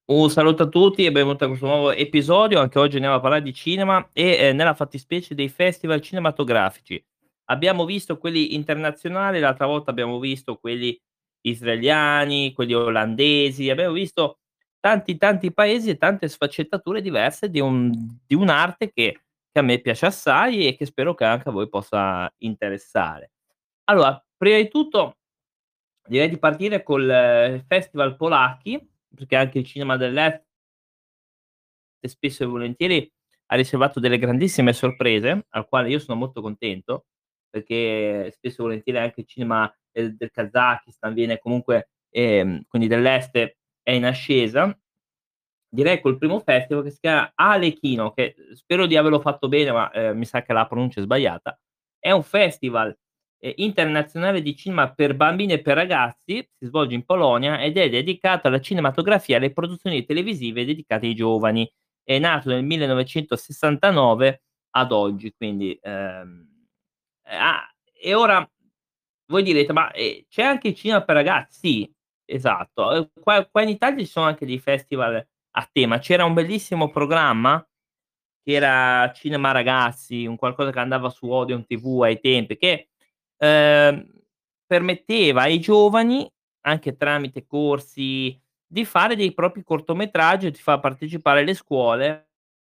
Un saluto a tutti e benvenuti a questo nuovo episodio. Anche oggi andiamo a parlare di cinema nella fattispecie dei festival cinematografici. Abbiamo visto quelli internazionali, l'altra volta abbiamo visto quelli israeliani, quelli olandesi, abbiamo visto tanti paesi e tante sfaccettature diverse di un'arte che a me piace assai e che spero che anche a voi possa interessare. Allora, prima di tutto direi di partire festival polacchi, perché anche il cinema dell'est e spesso e volentieri ha riservato delle grandissime sorprese, al quale io sono molto contento, perché spesso e volentieri anche il cinema del Kazakistan viene comunque, quindi dell'est è in ascesa. Direi col primo festival che si chiama Arlecchino, che spero di averlo fatto bene, ma, mi sa che la pronuncia è sbagliata. È un festival, internazionale di cinema per bambini e per ragazzi, si svolge in Polonia ed è dedicato alla cinematografia e alle produzioni televisive dedicate ai giovani. È nato nel 1969 ad oggi, quindi, e ora voi direte: "Ma, c'è anche il cinema per ragazzi?" Sì, esatto. Qua in Italia ci sono anche dei festival a tema. C'era un bellissimo programma che era Cinema Ragazzi, un qualcosa che andava su Odeon TV ai tempi, che, ehm, permetteva ai giovani, anche tramite corsi, di fare dei propri cortometraggi e di far partecipare le scuole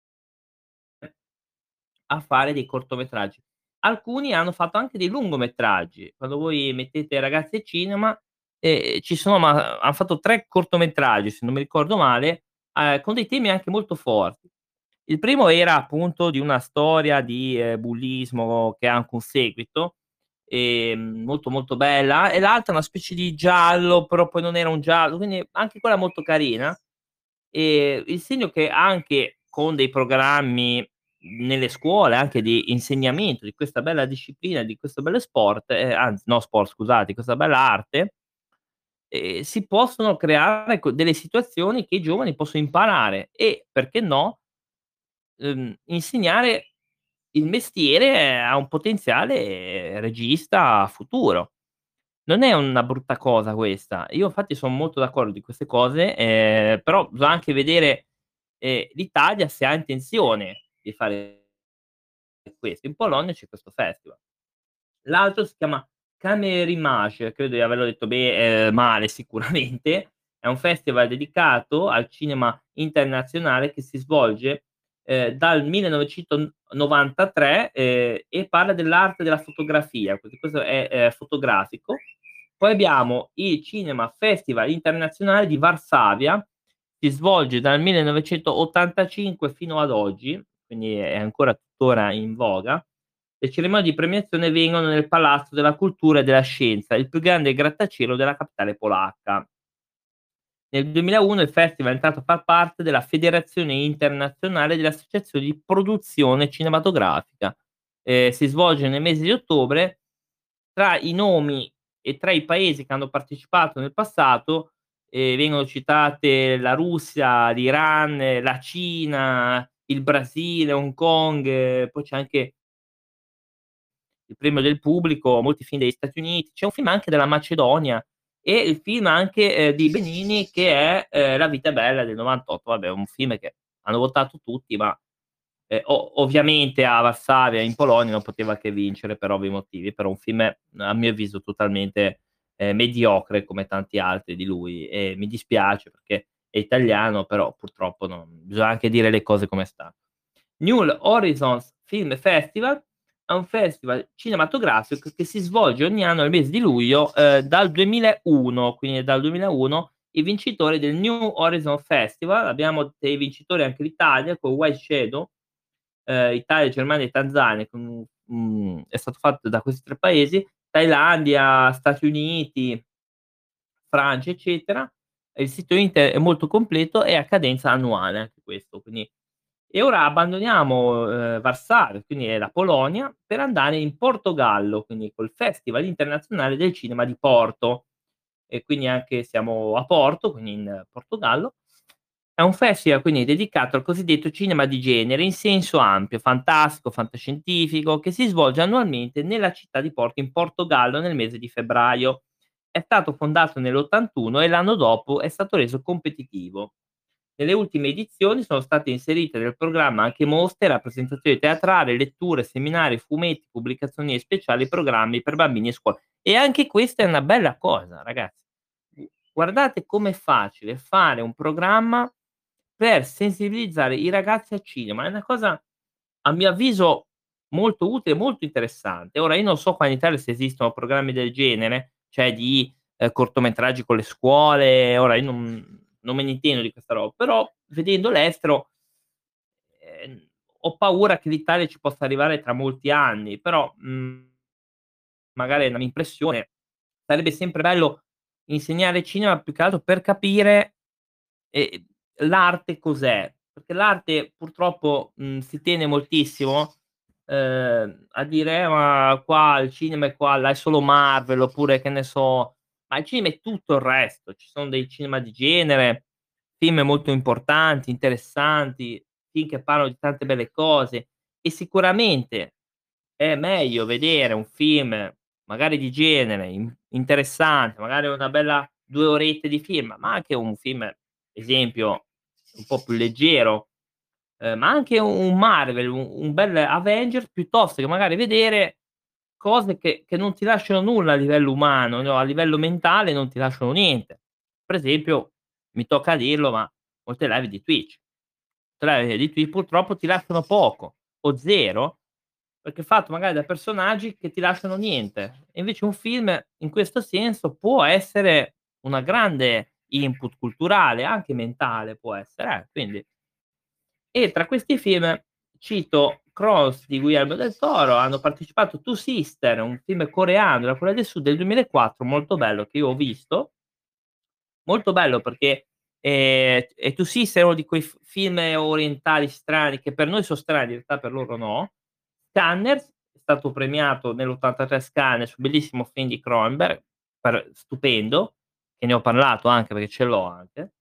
a fare dei cortometraggi. Alcuni hanno fatto anche dei lungometraggi. Quando voi mettete Ragazzi e Cinema, ci sono han fatto 3 cortometraggi, se non mi ricordo male, con dei temi anche molto forti. Il primo era appunto di una storia di, bullismo che ha anche un seguito, molto bella, e l'altra una specie di giallo, però poi non era un giallo, quindi anche quella molto carina. Il segno che anche con dei programmi nelle scuole, anche di insegnamento di questa bella disciplina, di questo bello sport, anzi no sport scusate, di questa bella arte, si possono creare delle situazioni che i giovani possono imparare e, perché no, insegnare il mestiere a un potenziale regista futuro. Non è una brutta cosa questa. Io infatti son molto d'accordo di queste cose, però bisogna anche vedere, l'Italia se ha intenzione di fare questo. In Polonia c'è questo festival. L'altro si chiama Camerimage, credo di averlo detto male sicuramente. È un festival dedicato al cinema internazionale che si svolge, dal 1993, e parla dell'arte della fotografia, quindi questo è, fotografico. Poi abbiamo il Cinema Festival Internazionale di Varsavia, si svolge dal 1985 fino ad oggi, quindi è ancora tuttora in voga. Le cerimonie di premiazione vengono nel Palazzo della Cultura e della Scienza, il più grande grattacielo della capitale polacca. Nel 2001 il festival è entrato a far parte della Federazione Internazionale delle Associazioni di Produzione Cinematografica. Si svolge nel mese di ottobre. Tra i nomi e tra i paesi che hanno partecipato nel passato, vengono citate la Russia, l'Iran, la Cina, il Brasile, Hong Kong, poi c'è anche il premio del pubblico, molti film degli Stati Uniti, c'è un film anche della Macedonia e il film anche, di Benigni che è, La vita è bella del '98. Vabbè, un film che hanno votato tutti, ma, ovviamente a Varsavia in Polonia non poteva che vincere per ovvi motivi, però un film a mio avviso totalmente, mediocre come tanti altri di lui e mi dispiace perché è italiano, però purtroppo non bisogna anche dire le cose come stanno. New Horizons Film Festival è un festival cinematografico che si svolge ogni anno nel mese di luglio, dal 2001, quindi dal 2001 i vincitori del New Horizon Festival, abbiamo dei vincitori anche l'Italia con White Shadow, Italia, Germania e Tanzania è stato fatto da questi 3 paesi, Thailandia, Stati Uniti, Francia, eccetera. Il sito Inter è molto completo e a cadenza annuale anche questo, quindi e ora abbandoniamo, Varsavia, quindi è la Polonia, per andare in Portogallo, quindi col Festival Internazionale del Cinema di Porto. E quindi anche siamo a Porto, quindi in Portogallo. È un festival quindi dedicato al cosiddetto cinema di genere in senso ampio, fantastico, fantascientifico, che si svolge annualmente nella città di Porto in Portogallo nel mese di febbraio. È stato fondato nell'81 e l'anno dopo è stato reso competitivo. Nelle ultime edizioni sono state inserite nel programma anche mostre, rappresentazioni teatrali, letture, seminari, fumetti, pubblicazioni speciali, programmi per bambini e scuole. E anche questa è una bella cosa, ragazzi. Guardate com'è facile fare un programma per sensibilizzare i ragazzi al cinema. È una cosa, a mio avviso, molto utile, molto interessante. Ora io non so qua in Italia se esistono programmi del genere, cioè di, cortometraggi con le scuole, ora io non me ne intendo di questa roba, però vedendo l'estero, ehm, ho paura che l'Italia ci possa arrivare tra molti anni, però, magari è una mia impressione, sarebbe sempre bello insegnare cinema più che altro per capire, ehm, l'arte cos'è, perché l'arte purtroppo, si tende moltissimo, a dire: ma qua il cinema è qua là è solo Marvel", oppure che ne so, ma il cinema è tutto il resto. Ci sono dei cinema di genere, film molto importanti, interessanti, film che parlano di tante belle cose e sicuramente è meglio vedere un film magari di genere, interessante, magari una bella 2 orette di film, ma anche un film, esempio, un po' più leggero, ma anche un Marvel, un bel Avengers, piuttosto che magari vedere cose che non ti lasciano nulla a livello umano, no, a livello mentale non ti lasciano niente. Per esempio, mi tocca dirlo, ma molte live di Twitch. Molte live di Twitch purtroppo ti lasciano poco o 0, perché è fatto magari da personaggi che ti lasciano niente. E invece un film in questo senso può essere una grande input culturale, anche mentale può essere, quindi e tra questi film cito Cross di Guillermo del Toro, hanno partecipato Two Sister, un film coreano della Corea del Sud del 2004, molto bello, che io ho visto, molto bello perché, e Two Sister è uno di quei film orientali strani che per noi so strani, in realtà per loro no. Scanners è stato premiato nell'83 Scanners, un bellissimo film di Cronenberg, stupendo, che ne ho parlato anche perché ce l'ho anche.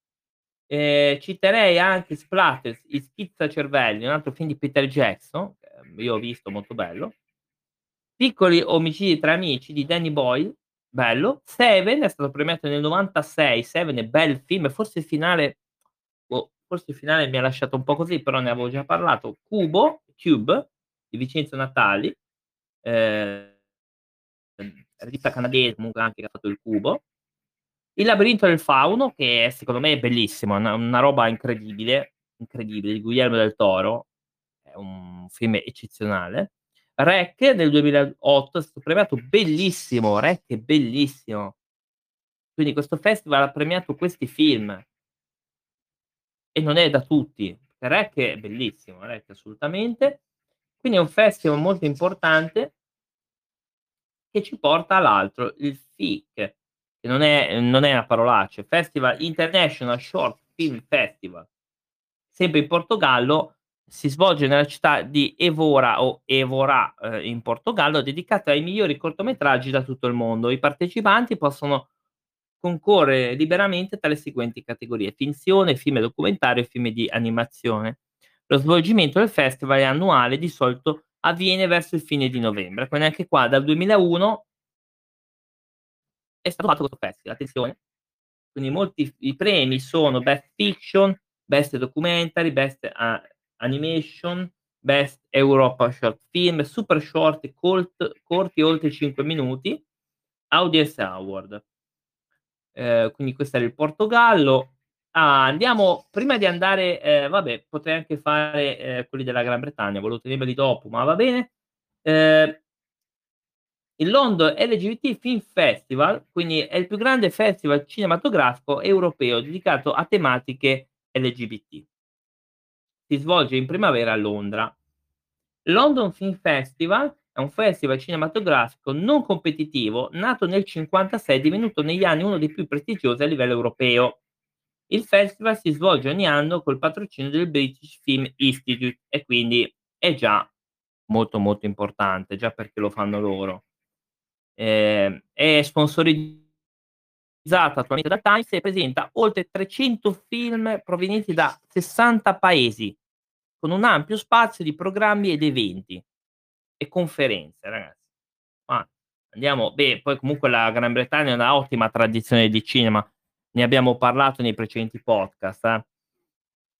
Citerei anche Splatters, I schizzacervelli, un altro film di Peter Jackson, che io ho visto, molto bello. Piccoli omicidi tra amici di Danny Boyle, bello. Seven è stato premiato nel '96, Seven è bel film, forse il finale, boh, forse il finale mi ha lasciato un po' così, però ne avevo già parlato. Cube di Vincenzo Natali, ehm, regista canadese comunque anche che ha fatto Il Cubo. Il labirinto del fauno, che secondo me è bellissimo, è una roba incredibile, incredibile, di Guillermo del Toro, è un film eccezionale. REC del 2008 è stato premiato, bellissimo, REC è bellissimo. Quindi questo festival ha premiato questi film e non è da tutti. REC è bellissimo, REC assolutamente. Quindi è un festival molto importante che ci porta all'altro, il FIC, che non è una parolaccia, Festival International Short Film Festival, sempre in Portogallo, si svolge nella città di Évora o Évora, in Portogallo, dedicata ai migliori cortometraggi da tutto il mondo. I partecipanti possono concorrere liberamente tra le seguenti categorie: finzione, film documentario e film di animazione. Lo svolgimento del festival è annuale, di solito avviene verso il fine di novembre, quindi anche qua dal 2001 è stato fatto questo festival, attenzione. Quindi molti i premi sono Best Fiction, Best Documentary, Best Animation, Best Europa Short Film, Super Short e corti oltre 5 minuti, Audience Award. Quindi questo era il Portogallo. Andiamo prima di andare, vabbè, potrei anche fare, quelli della Gran Bretagna, volevo tenermeli dopo, ma va bene. Ehm Il London LGBT Film Festival, quindi è il più grande festival cinematografico europeo dedicato a tematiche LGBT. Si svolge in primavera a Londra. London Film Festival è un festival cinematografico non competitivo nato nel '56 e divenuto negli anni uno dei più prestigiosi a livello europeo. Il festival si svolge ogni anno col patrocinio del British Film Institute e quindi è già molto, molto importante, già perché lo fanno loro. È sponsorizzata attualmente da Times e presenta oltre 300 film provenienti da 60 paesi, con un ampio spazio di programmi ed eventi e conferenze, ragazzi. Ma andiamo, beh, poi comunque la Gran Bretagna ha una ottima tradizione di cinema, ne abbiamo parlato nei precedenti podcast, eh.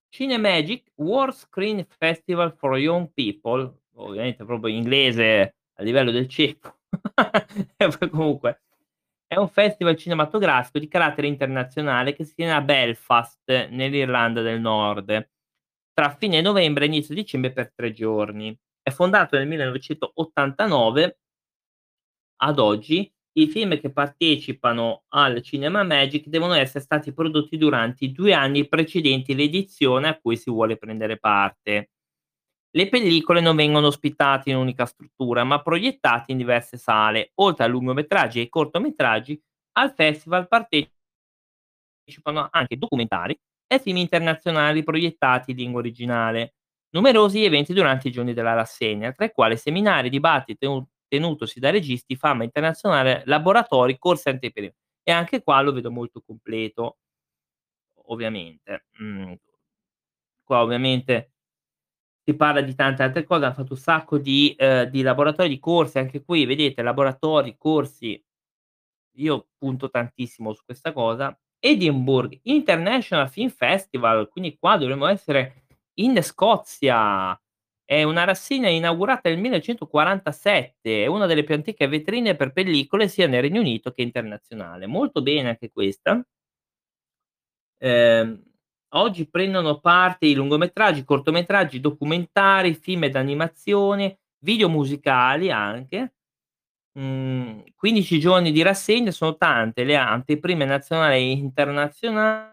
Cinemagic World Screen Festival for Young People, ovviamente proprio inglese a livello del cieco. E poi comunque è un festival cinematografico di carattere internazionale che si tiene a Belfast, nell'Irlanda del Nord, tra fine novembre e inizio dicembre per 3 giorni. È fondato nel 1989. Ad oggi, i film che partecipano al Cinema Magic devono essere stati prodotti durante i 2 anni precedenti l'edizione a cui si vuole prendere parte. Le pellicole non vengono ospitate in un'unica struttura, ma proiettate in diverse sale. Oltre a lungometraggi e ai cortometraggi, al festival partecipano anche documentari e film internazionali proiettati in lingua originale. Numerosi eventi durante i giorni della rassegna, tra i quali seminari, dibattiti tenutosi da registi, fama internazionale, laboratori, corsi anteprimi. E anche qua lo vedo molto completo, ovviamente. Qua ovviamente si parla di tante altre cose, han fatto un sacco di laboratori, di corsi, anche qui vedete laboratori, corsi, io punto tantissimo su questa cosa. Edinburgh International Film Festival, quindi qua dovremmo essere in Scozia. È una rassegna inaugurata nel 1947, è una delle più antiche vetrine per pellicole sia nel Regno Unito che internazionale. Molto bene anche questa. Ehm, Oggi prendono parte i lungometraggi, cortometraggi, documentari, film d'animazione, video musicali anche. 15 giorni di rassegna, sono tante le anteprime nazionali e internazionali,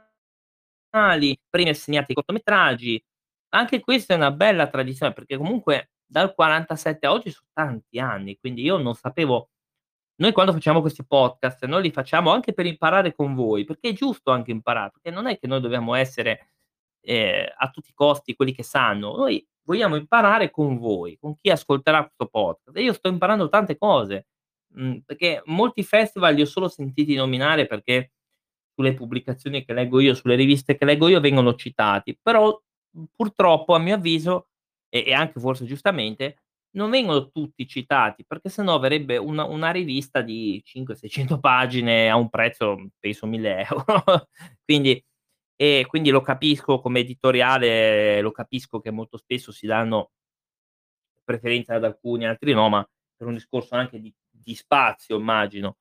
premi assegnati ai cortometraggi. Anche questa è una bella tradizione, perché comunque dal '47 a oggi so' tanti anni, quindi io non sapevo. Noi quando facciamo questi podcast, noi li facciamo anche per imparare con voi, perché è giusto anche imparare, perché non è che noi dobbiamo essere, a tutti i costi quelli che sanno. Noi vogliamo imparare con voi, con chi ascolterà questo podcast, e io sto imparando tante cose, perché molti festival li ho solo sentiti nominare perché sulle pubblicazioni che leggo io, sulle riviste che leggo io vengono citati, però, purtroppo a mio avviso, e anche forse giustamente, non vengono tutti citati, perché se no avrebbe una rivista di 5, 600 pagine a un prezzo, penso 1000 €. Quindi quindi lo capisco come editoriale, lo capisco che molto spesso si danno preferenza ad alcuni, altri no, ma per un discorso anche di spazio immagino.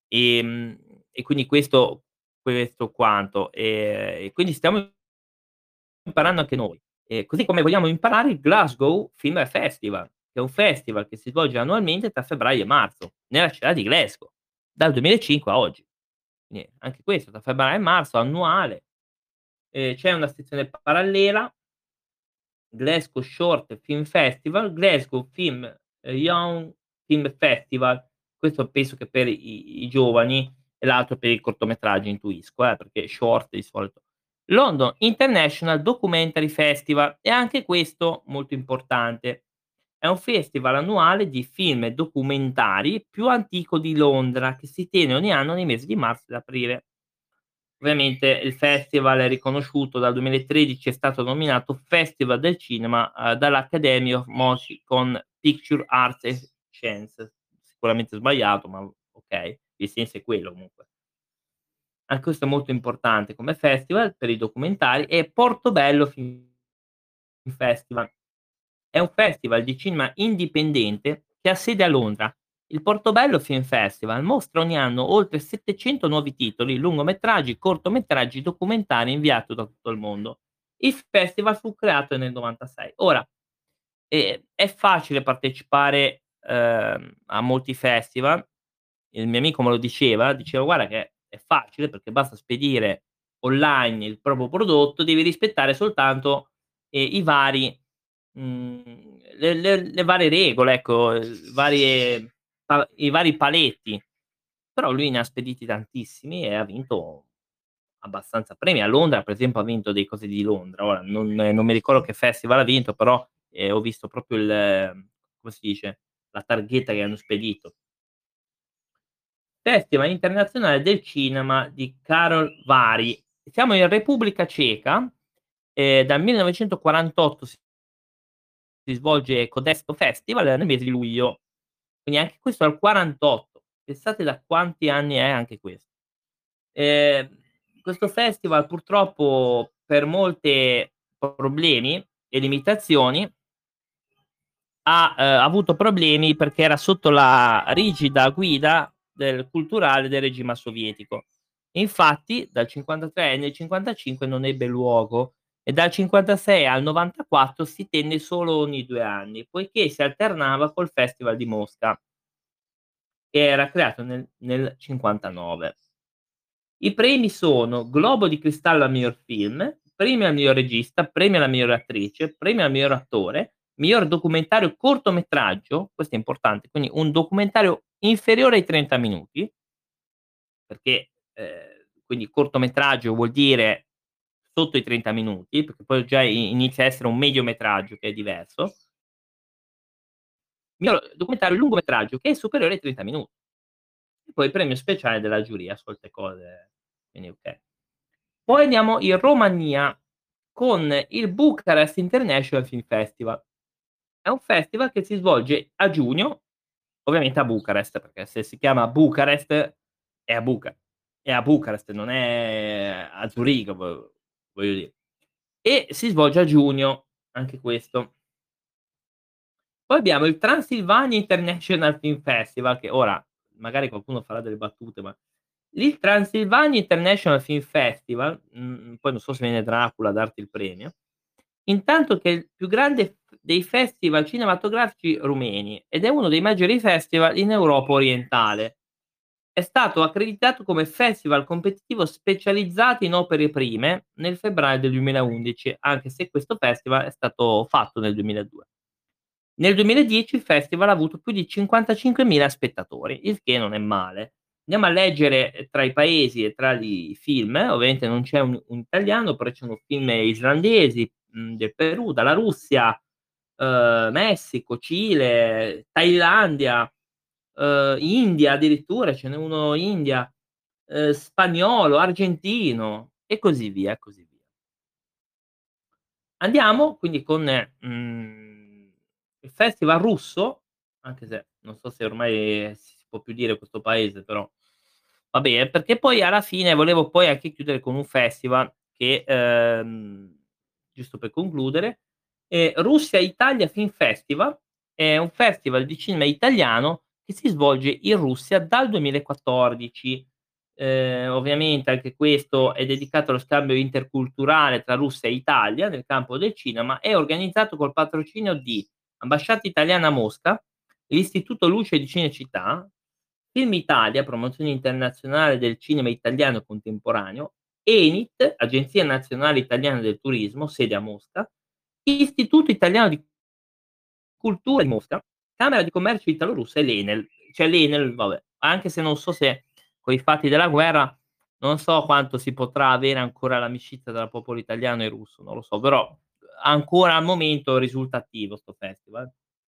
E quindi questo quanto. E quindi stiamo imparando anche noi. Così come vogliamo imparare il Glasgow Film Festival, che è un festival che si svolge annualmente tra febbraio e marzo, nella città di Glasgow, dal 2005 a oggi. Quindi anche questo tra febbraio e marzo, annuale. C'è una sezione parallela, Glasgow Short Film Festival, Glasgow Young Film Festival. Questo penso che per i giovani, e l'altro per i cortometraggi intuisco, perché short di solito. London International Documentary Festival, e anche questo molto importante. È un festival annuale di film e documentari più antico di Londra, che si tiene ogni anno nei mesi di marzo ed aprile. Ovviamente il festival è riconosciuto dal 2013, è stato nominato Festival del cinema, dall'Academy of Motion Picture Arts and Sciences. Sicuramente sbagliato, ma okay, il senso è quello comunque. Anche questo è molto importante come festival per i documentari. E Portobello Film Festival. È un festival di cinema indipendente che ha sede a Londra. Il Portobello Film Festival mostra ogni anno oltre 700 nuovi titoli, lungometraggi, cortometraggi, documentari inviati da tutto il mondo. Il festival fu creato nel '96. Ora, è facile partecipare, a molti festival. Il mio amico me lo diceva: "Guarda che è facile perché basta spedire online il proprio prodotto, devi rispettare soltanto, i vari le varie regole, ecco, i vari paletti." Però lui ne ha spediti tantissimi e ha vinto abbastanza premi. A Londra, per esempio, ha vinto dei cosi di Londra. Ora non mi ricordo che festival ha vinto, però, ho visto proprio come si dice, la targhetta che hanno spedito. Festival internazionale del cinema di Karol Vary. Siamo in Repubblica Ceca, dal 1948 si svolge Codesto Festival nel mese di luglio, quindi anche questo al '48. Pensate da quanti anni è anche Ehm, questo festival purtroppo per molte problemi e limitazioni, ha avuto problemi perché era sotto la rigida guida del culturale del regime sovietico. Infatti dal '53 e nel '55 non ebbe luogo e dal '56 al '94 si tenne solo ogni 2 anni, poiché si alternava col Festival di Mosca, che era creato nel '59. I premi sono Globo di cristallo al miglior film, premio al miglior regista, premio alla migliore attrice, premio al miglior attore, miglior documentario cortometraggio, questo è importante, quindi un documentario inferiore ai 30 minuti, perché, quindi cortometraggio vuol dire sotto i 30 minuti, perché poi già inizia a essere un mediometraggio che è diverso. Miglior documentario lungometraggio che è superiore ai 30 minuti. E poi il premio speciale della giuria, solite cose, quindi okay. Poi andiamo in Romania con il Bucharest International Film Festival. È un festival che si svolge a giugno, ovviamente a Bucarest, perché se si chiama Bucarest è a è a Bucarest, non è a Zurigo, voglio dire. E si svolge a giugno, anche questo. Poi abbiamo il Transilvania International Film Festival, che ora magari qualcuno farà delle battute, ma il Transilvania International Film Festival, poi non so se viene Dracula a darti il premio, intanto che è il più grande dei festival cinematografici rumeni ed è uno dei maggiori festival in Europa orientale. È stato accreditato come festival competitivo specializzato in opere prime nel febbraio del 2011, anche se questo festival è stato fatto nel 2002. Nel 2010 il festival ha avuto più di 55.000 spettatori, il che non è male. Andiamo a leggere, tra i paesi e tra i film, ovviamente non c'è un italiano, però ci sono film islandesi, del Perù, dalla Russia, Messico, Cile, Thailandia, India addirittura, ce n'è uno India, spagnolo, argentino e così via, e così via. Andiamo quindi con, il festival russo, anche se non so se ormai si può più dire questo paese, però vabbè, perché poi alla fine volevo poi anche chiudere con un festival che, giusto per concludere, Russia Italia Film Festival, è un festival di cinema italiano che si svolge in Russia dal 2014. Ovviamente anche questo è dedicato allo scambio interculturale tra Russia e Italia nel campo del cinema, è organizzato col patrocinio di Ambasciata Italiana a Mosca, l'Istituto Luce di Cinecittà, Film Italia, promozione internazionale del cinema italiano contemporaneo, ENIT, Agenzia Nazionale Italiana del Turismo, sede a Mosca, Istituto Italiano di Cultura di Mosca, Camera di Commercio Italo-Russa e l'ENEL. Cioè l'ENEL, vabbè, anche se non so se coi fatti della guerra, non so quanto si potrà avere ancora l'amicizia tra popolo italiano e russo, non lo so, però ancora al momento risulta attivo 'sto festival.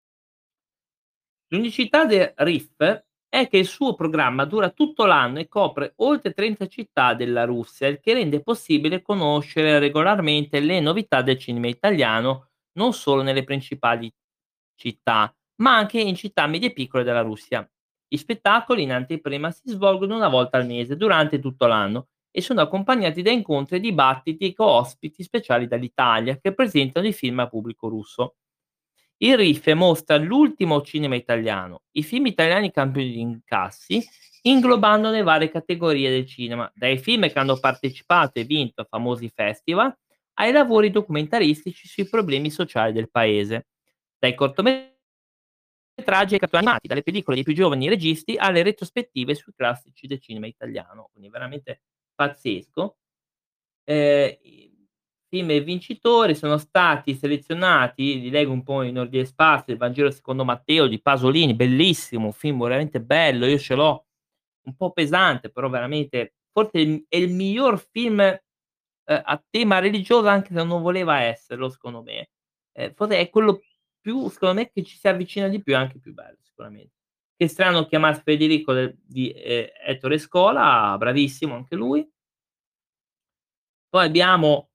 L'unicità del RIF è che il suo programma dura tutto l'anno e copre oltre 30 città della Russia, il che rende possibile conoscere regolarmente le novità del cinema italiano, non solo nelle principali città, ma anche in città medie e piccole della Russia. Gli spettacoli in anteprima si svolgono una volta al mese durante tutto l'anno e sono accompagnati da incontri e dibattiti con ospiti speciali dall'Italia che presentano i film a pubblico russo. Il RIF mostra l'ultimo cinema italiano, i film italiani campioni di incassi, inglobando le varie categorie del cinema, dai film che hanno partecipato e vinto a famosi festival, ai lavori documentaristici sui problemi sociali del paese, dai cortometraggi ai cartoni animati, dalle pellicole dei più giovani registi alle retrospettive sui classici del cinema italiano, quindi veramente pazzesco. I film vincitori sono stati selezionati, li leggo un po' in ordine sparso: Il Vangelo secondo Matteo di Pasolini, bellissimo, un film veramente bello, io ce l'ho, un po' pesante, però veramente forse è il miglior film, a tema religioso, anche se non voleva esserlo secondo me. Forse è quello più secondo me che ci si avvicina di più, e anche più bello sicuramente. Che strano chiamarsi Federico di, Ettore Scola, bravissimo anche lui. Poi abbiamo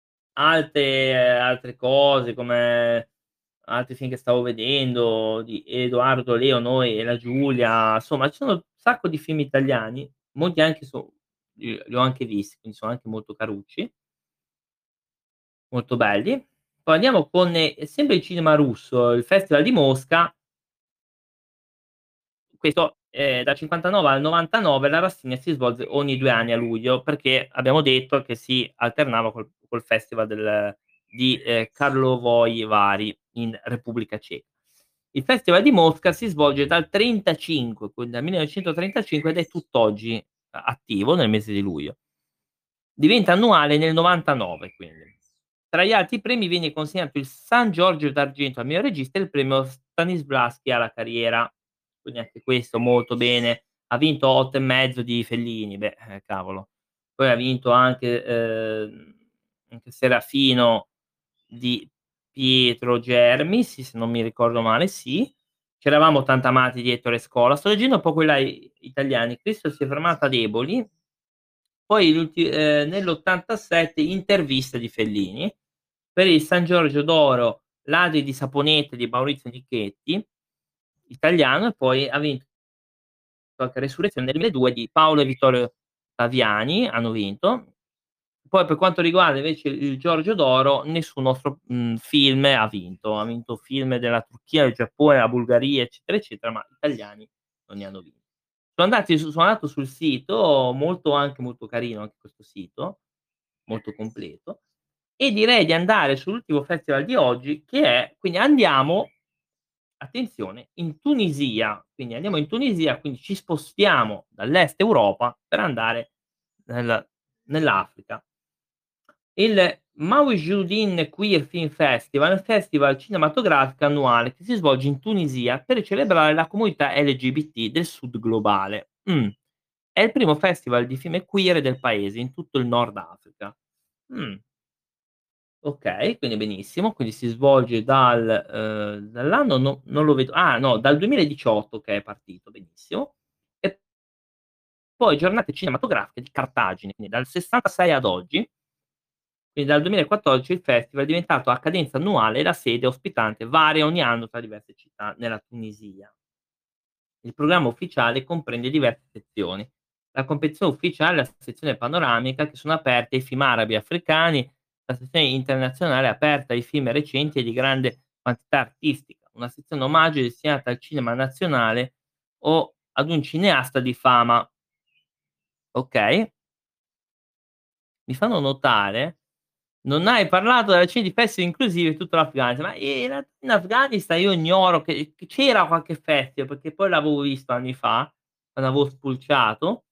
altre cose come altri film che stavo vedendo di Edoardo Leonoi e la Giulia, insomma ci sono un sacco di film italiani, molti anche li ho anche visti, quindi sono anche molto carucci. molto belli. Poi andiamo con, sempre il cinema russo, il Festival di Mosca. Questo, dal 59 al 99 la rassegna si svolge ogni 2 anni a luglio, perché abbiamo detto che si alternava col festival di Karlovy Vary in Repubblica Ceca. Il Festival di Mosca si svolge dal 35, quindi dal 1935, ed è tutt'oggi attivo nel mese di luglio. Diventa annuale nel 99 quindi. Tra gli altri premi viene consegnato il San Giorgio d'argento al miglior regista e il premio Stanislavski alla carriera. Quindi anche questo molto bene. Ha vinto 8 e mezzo di Fellini, beh, cavolo. Poi ha vinto anche Serafino di Pietro Germi, se non mi ricordo male, sì. C'eravamo tanto amati di Ettore Scola. Sto leggendo un po' quella italiani. Cristo si è fermato a Eboli. Poi nell'87 intervista di Fellini. Per il San Giorgio d'Oro Ladri di Saponette di Maurizio Nichetti, italiano, e poi ha vinto anche Resurrezione nel 2002 di Paolo e Vittorio Taviani, hanno vinto. Poi per quanto riguarda invece il Giorgio d'Oro, nessun nostro, film ha vinto. Ha vinto film della Turchia, del Giappone, la Bulgaria, eccetera, eccetera, ma italiani non ne hanno vinti. Sono andato sul sito, molto carino anche questo sito, molto completo, e direi di andare sull'ultimo festival di oggi, che è, quindi andiamo, attenzione, in Tunisia. Quindi andiamo in Tunisia, quindi ci spostiamo dall'Est Europa per andare nel nell'Africa. Il Mawjoudine Queer Film Festival è un festival cinematografico annuale che si svolge in Tunisia per celebrare la comunità LGBT del sud globale. È il primo festival di film queer del paese in tutto il Nord Africa. Mh. Okay, quindi benissimo. Quindi si svolge dall'anno, non lo vedo, ah no, dal 2018 che è partito, benissimo. E poi giornate cinematografiche di Cartagine, quindi dal '66 ad oggi, quindi dal 2014 il festival è diventato a cadenza annuale e la sede ospitante varia ogni anno tra diverse città nella Tunisia. Il programma ufficiale comprende diverse sezioni. La competizione ufficiale è la sezione panoramica, che sono aperte ai film arabi e africani, la sezione internazionale è aperta ai film recenti e di grande quantità artistica, una sezione omaggio è destinata al cinema nazionale o ad un cineasta di fama. Okay, mi fanno notare, non hai parlato della cena di festival inclusive in tutto l'Afghanistan, ma in Afghanistan io ignoro che c'era qualche festival, perché poi l'avevo visto anni fa, quando avevo spulciato.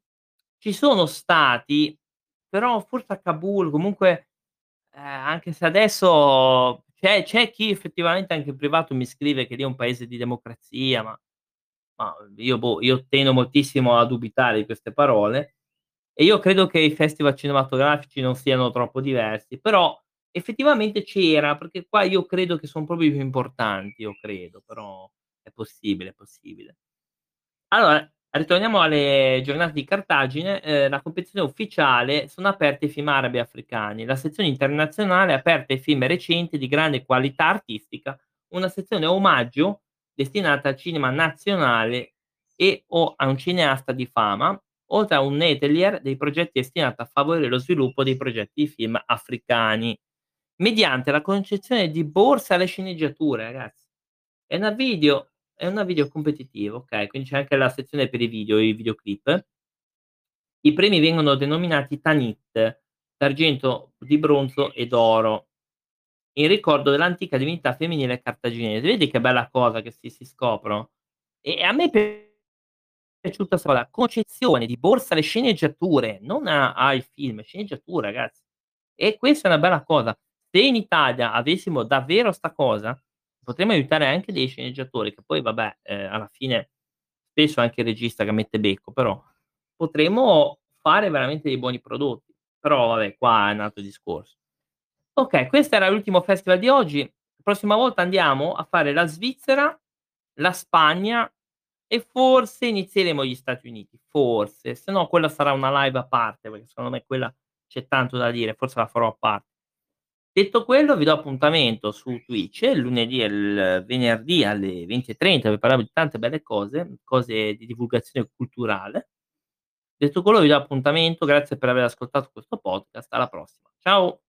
Ci sono stati, però forse a Kabul, comunque, anche se adesso c'è chi effettivamente anche in privato mi scrive che lì è un paese di democrazia, ma io boh, io tendo moltissimo a dubitare di queste parole, e io credo che i festival cinematografici non siano troppo diversi, però effettivamente c'era, perché qua io credo che son proprio i più importanti, io credo, però è possibile, è possibile. Allora, ritorniamo alle giornate di Cartagine, la competizione ufficiale sono aperte ai film arabi e africani, la sezione internazionale è aperta ai film recenti di grande qualità artistica, una sezione omaggio destinata al cinema nazionale e/o a un cineasta di fama, oltre a un atelier dei progetti destinato a favorire lo sviluppo dei progetti di film africani, mediante la concessione di borse alle sceneggiature, ragazzi. È una video competitiva, okay, quindi c'è anche la sezione per i video, i videoclip. I premi vengono denominati Tanit, d'argento, di bronzo e d'oro, in ricordo dell'antica divinità femminile cartaginese. Vedi che bella cosa che si scoprono? E a me è piaciuta 'sta cosa, concessione di borsa alle sceneggiature, non ai film, sceneggiature, ragazzi. E questa è una bella cosa. Se in Italia avessimo davvero 'sta cosa, potremmo aiutare anche dei sceneggiatori, che poi vabbè, alla fine spesso è anche il regista che mette becco, però potremmo fare veramente dei buoni prodotti. Però vabbè, qua è un altro discorso. Okay, questo era l'ultimo festival di oggi. La prossima volta andiamo a fare la Svizzera, la Spagna e forse inizieremo gli Stati Uniti, forse, se no quella sarà una live a parte, perché secondo me quella c'è tanto da dire, forse la farò a parte. Detto quello, vi do appuntamento su Twitch il lunedì e il venerdì alle 20:30 per parlarvi di tante belle cose, cose di divulgazione culturale. Detto quello, vi do appuntamento, grazie per aver ascoltato questo podcast, alla prossima. Ciao.